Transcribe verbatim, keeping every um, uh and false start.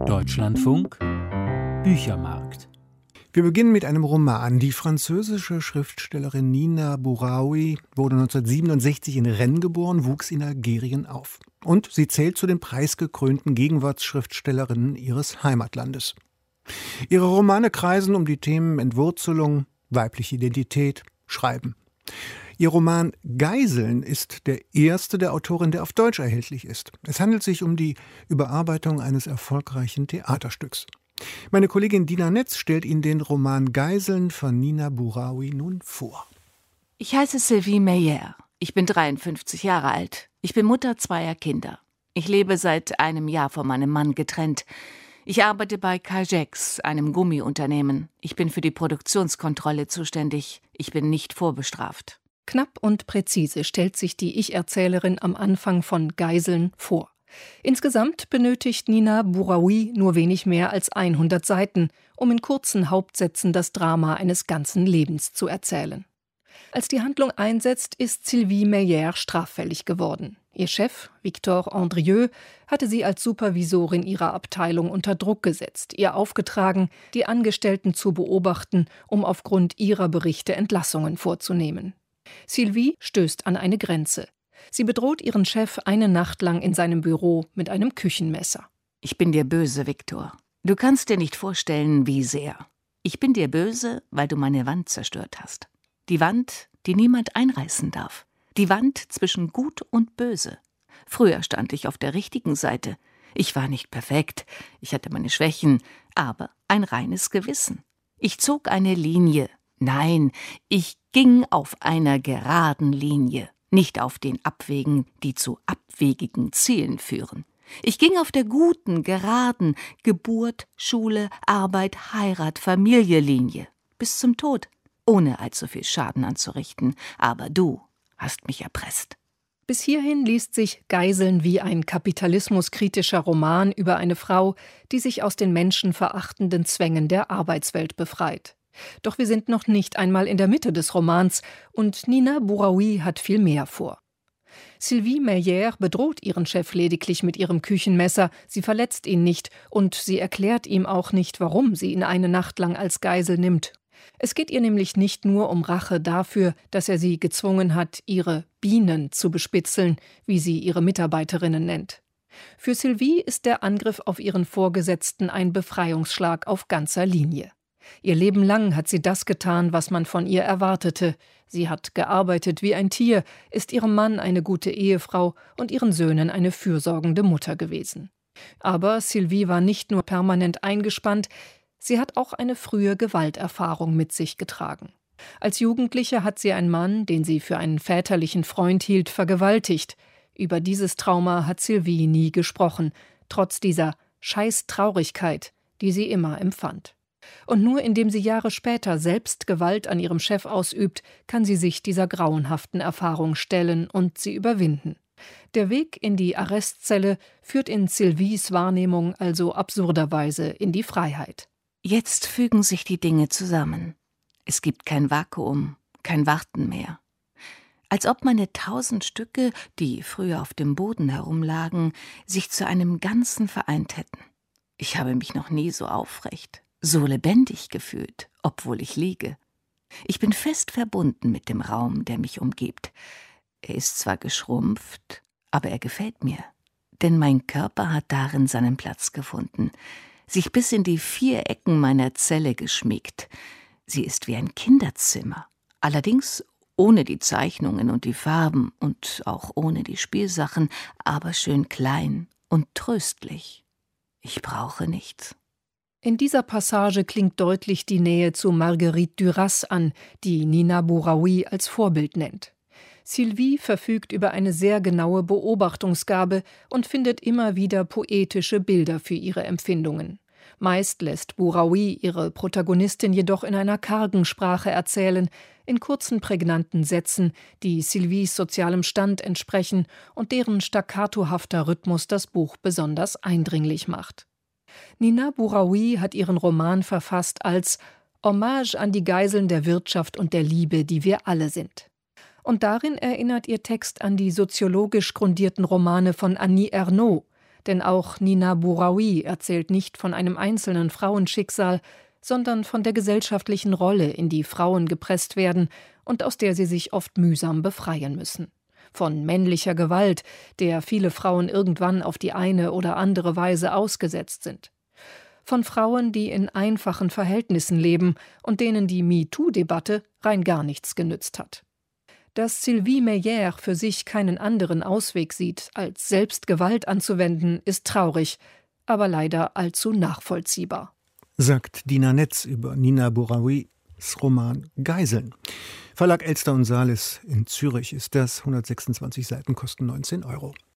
Deutschlandfunk Büchermarkt. Wir beginnen mit einem Roman. Die französische Schriftstellerin Nina Bouraoui wurde neunzehnhundertsiebenundsechzig in Rennes geboren, wuchs in Algerien auf. Und sie zählt zu den preisgekrönten Gegenwartsschriftstellerinnen ihres Heimatlandes. Ihre Romane kreisen um die Themen Entwurzelung, weibliche Identität, Schreiben. Ihr Roman Geiseln ist der erste der Autorin, der auf Deutsch erhältlich ist. Es handelt sich um die Überarbeitung eines erfolgreichen Theaterstücks. Meine Kollegin Dina Netz stellt Ihnen den Roman Geiseln von Nina Bouraoui nun vor. Ich heiße Sylvie Meyer. Ich bin dreiundfünfzig Jahre alt. Ich bin Mutter zweier Kinder. Ich lebe seit einem Jahr von meinem Mann getrennt. Ich arbeite bei Cagex, einem Gummiunternehmen. Ich bin für die Produktionskontrolle zuständig. Ich bin nicht vorbestraft. Knapp und präzise stellt sich die Ich-Erzählerin am Anfang von Geiseln vor. Insgesamt benötigt Nina Bouraoui nur wenig mehr als hundert Seiten, um in kurzen Hauptsätzen das Drama eines ganzen Lebens zu erzählen. Als die Handlung einsetzt, ist Sylvie Meyer straffällig geworden. Ihr Chef, Victor Andrieux, hatte sie als Supervisorin ihrer Abteilung unter Druck gesetzt, ihr aufgetragen, die Angestellten zu beobachten, um aufgrund ihrer Berichte Entlassungen vorzunehmen. Sylvie stößt an eine Grenze. Sie bedroht ihren Chef eine Nacht lang in seinem Büro mit einem Küchenmesser. Ich bin dir böse, Victor. Du kannst dir nicht vorstellen, wie sehr. Ich bin dir böse, weil du meine Wand zerstört hast. Die Wand, die niemand einreißen darf. Die Wand zwischen Gut und Böse. Früher stand ich auf der richtigen Seite. Ich war nicht perfekt, ich hatte meine Schwächen, aber ein reines Gewissen. Ich zog eine Linie. Nein, ich ging auf einer geraden Linie, nicht auf den Abwegen, die zu abwegigen Zielen führen. Ich ging auf der guten, geraden Geburt, Schule, Arbeit, Heirat, Familie-Linie, bis zum Tod, ohne allzu viel Schaden anzurichten. Aber du hast mich erpresst. Bis hierhin liest sich Geiseln wie ein kapitalismuskritischer Roman über eine Frau, die sich aus den menschenverachtenden Zwängen der Arbeitswelt befreit. Doch wir sind noch nicht einmal in der Mitte des Romans und Nina Bouraoui hat viel mehr vor. Sylvie Meyer bedroht ihren Chef lediglich mit ihrem Küchenmesser, sie verletzt ihn nicht und sie erklärt ihm auch nicht, warum sie ihn eine Nacht lang als Geisel nimmt. Es geht ihr nämlich nicht nur um Rache dafür, dass er sie gezwungen hat, ihre Bienen zu bespitzeln, wie sie ihre Mitarbeiterinnen nennt. Für Sylvie ist der Angriff auf ihren Vorgesetzten ein Befreiungsschlag auf ganzer Linie. Ihr Leben lang hat sie das getan, was man von ihr erwartete. Sie hat gearbeitet wie ein Tier, ist ihrem Mann eine gute Ehefrau und ihren Söhnen eine fürsorgende Mutter gewesen. Aber Sylvie war nicht nur permanent eingespannt, sie hat auch eine frühe Gewalterfahrung mit sich getragen. Als Jugendliche hat sie einen Mann, den sie für einen väterlichen Freund hielt, vergewaltigt. Über dieses Trauma hat Sylvie nie gesprochen, trotz dieser Scheißtraurigkeit, die sie immer empfand. Und nur indem sie Jahre später selbst Gewalt an ihrem Chef ausübt, kann sie sich dieser grauenhaften Erfahrung stellen und sie überwinden. Der Weg in die Arrestzelle führt in Sylvies Wahrnehmung also absurderweise in die Freiheit. Jetzt fügen sich die Dinge zusammen. Es gibt kein Vakuum, kein Warten mehr. Als ob meine tausend Stücke, die früher auf dem Boden herumlagen, sich zu einem Ganzen vereint hätten. Ich habe mich noch nie so aufrecht, so lebendig gefühlt, obwohl ich liege. Ich bin fest verbunden mit dem Raum, der mich umgibt. Er ist zwar geschrumpft, aber er gefällt mir. Denn mein Körper hat darin seinen Platz gefunden, sich bis in die vier Ecken meiner Zelle geschmiegt. Sie ist wie ein Kinderzimmer, allerdings ohne die Zeichnungen und die Farben und auch ohne die Spielsachen, aber schön klein und tröstlich. Ich brauche nichts. In dieser Passage klingt deutlich die Nähe zu Marguerite Duras an, die Nina Bouraoui als Vorbild nennt. Sylvie verfügt über eine sehr genaue Beobachtungsgabe und findet immer wieder poetische Bilder für ihre Empfindungen. Meist lässt Bouraoui ihre Protagonistin jedoch in einer kargen Sprache erzählen, in kurzen, prägnanten Sätzen, die Sylvies sozialem Stand entsprechen und deren staccatohafter Rhythmus das Buch besonders eindringlich macht. Nina Bouraoui hat ihren Roman verfasst als Hommage an die Geiseln der Wirtschaft und der Liebe, die wir alle sind. Und darin erinnert ihr Text an die soziologisch grundierten Romane von Annie Ernaux. Denn auch Nina Bouraoui erzählt nicht von einem einzelnen Frauenschicksal, sondern von der gesellschaftlichen Rolle, in die Frauen gepresst werden und aus der sie sich oft mühsam befreien müssen. Von männlicher Gewalt, der viele Frauen irgendwann auf die eine oder andere Weise ausgesetzt sind. Von Frauen, die in einfachen Verhältnissen leben und denen die MeToo-Debatte rein gar nichts genützt hat. Dass Sylvie Meyer für sich keinen anderen Ausweg sieht, als selbst Gewalt anzuwenden, ist traurig, aber leider allzu nachvollziehbar. Sagt Dina Netz über Nina Bouraouis Roman Geiseln. Verlag Elster und Salis in Zürich ist das, hundertsechsundzwanzig Seiten kosten neunzehn Euro.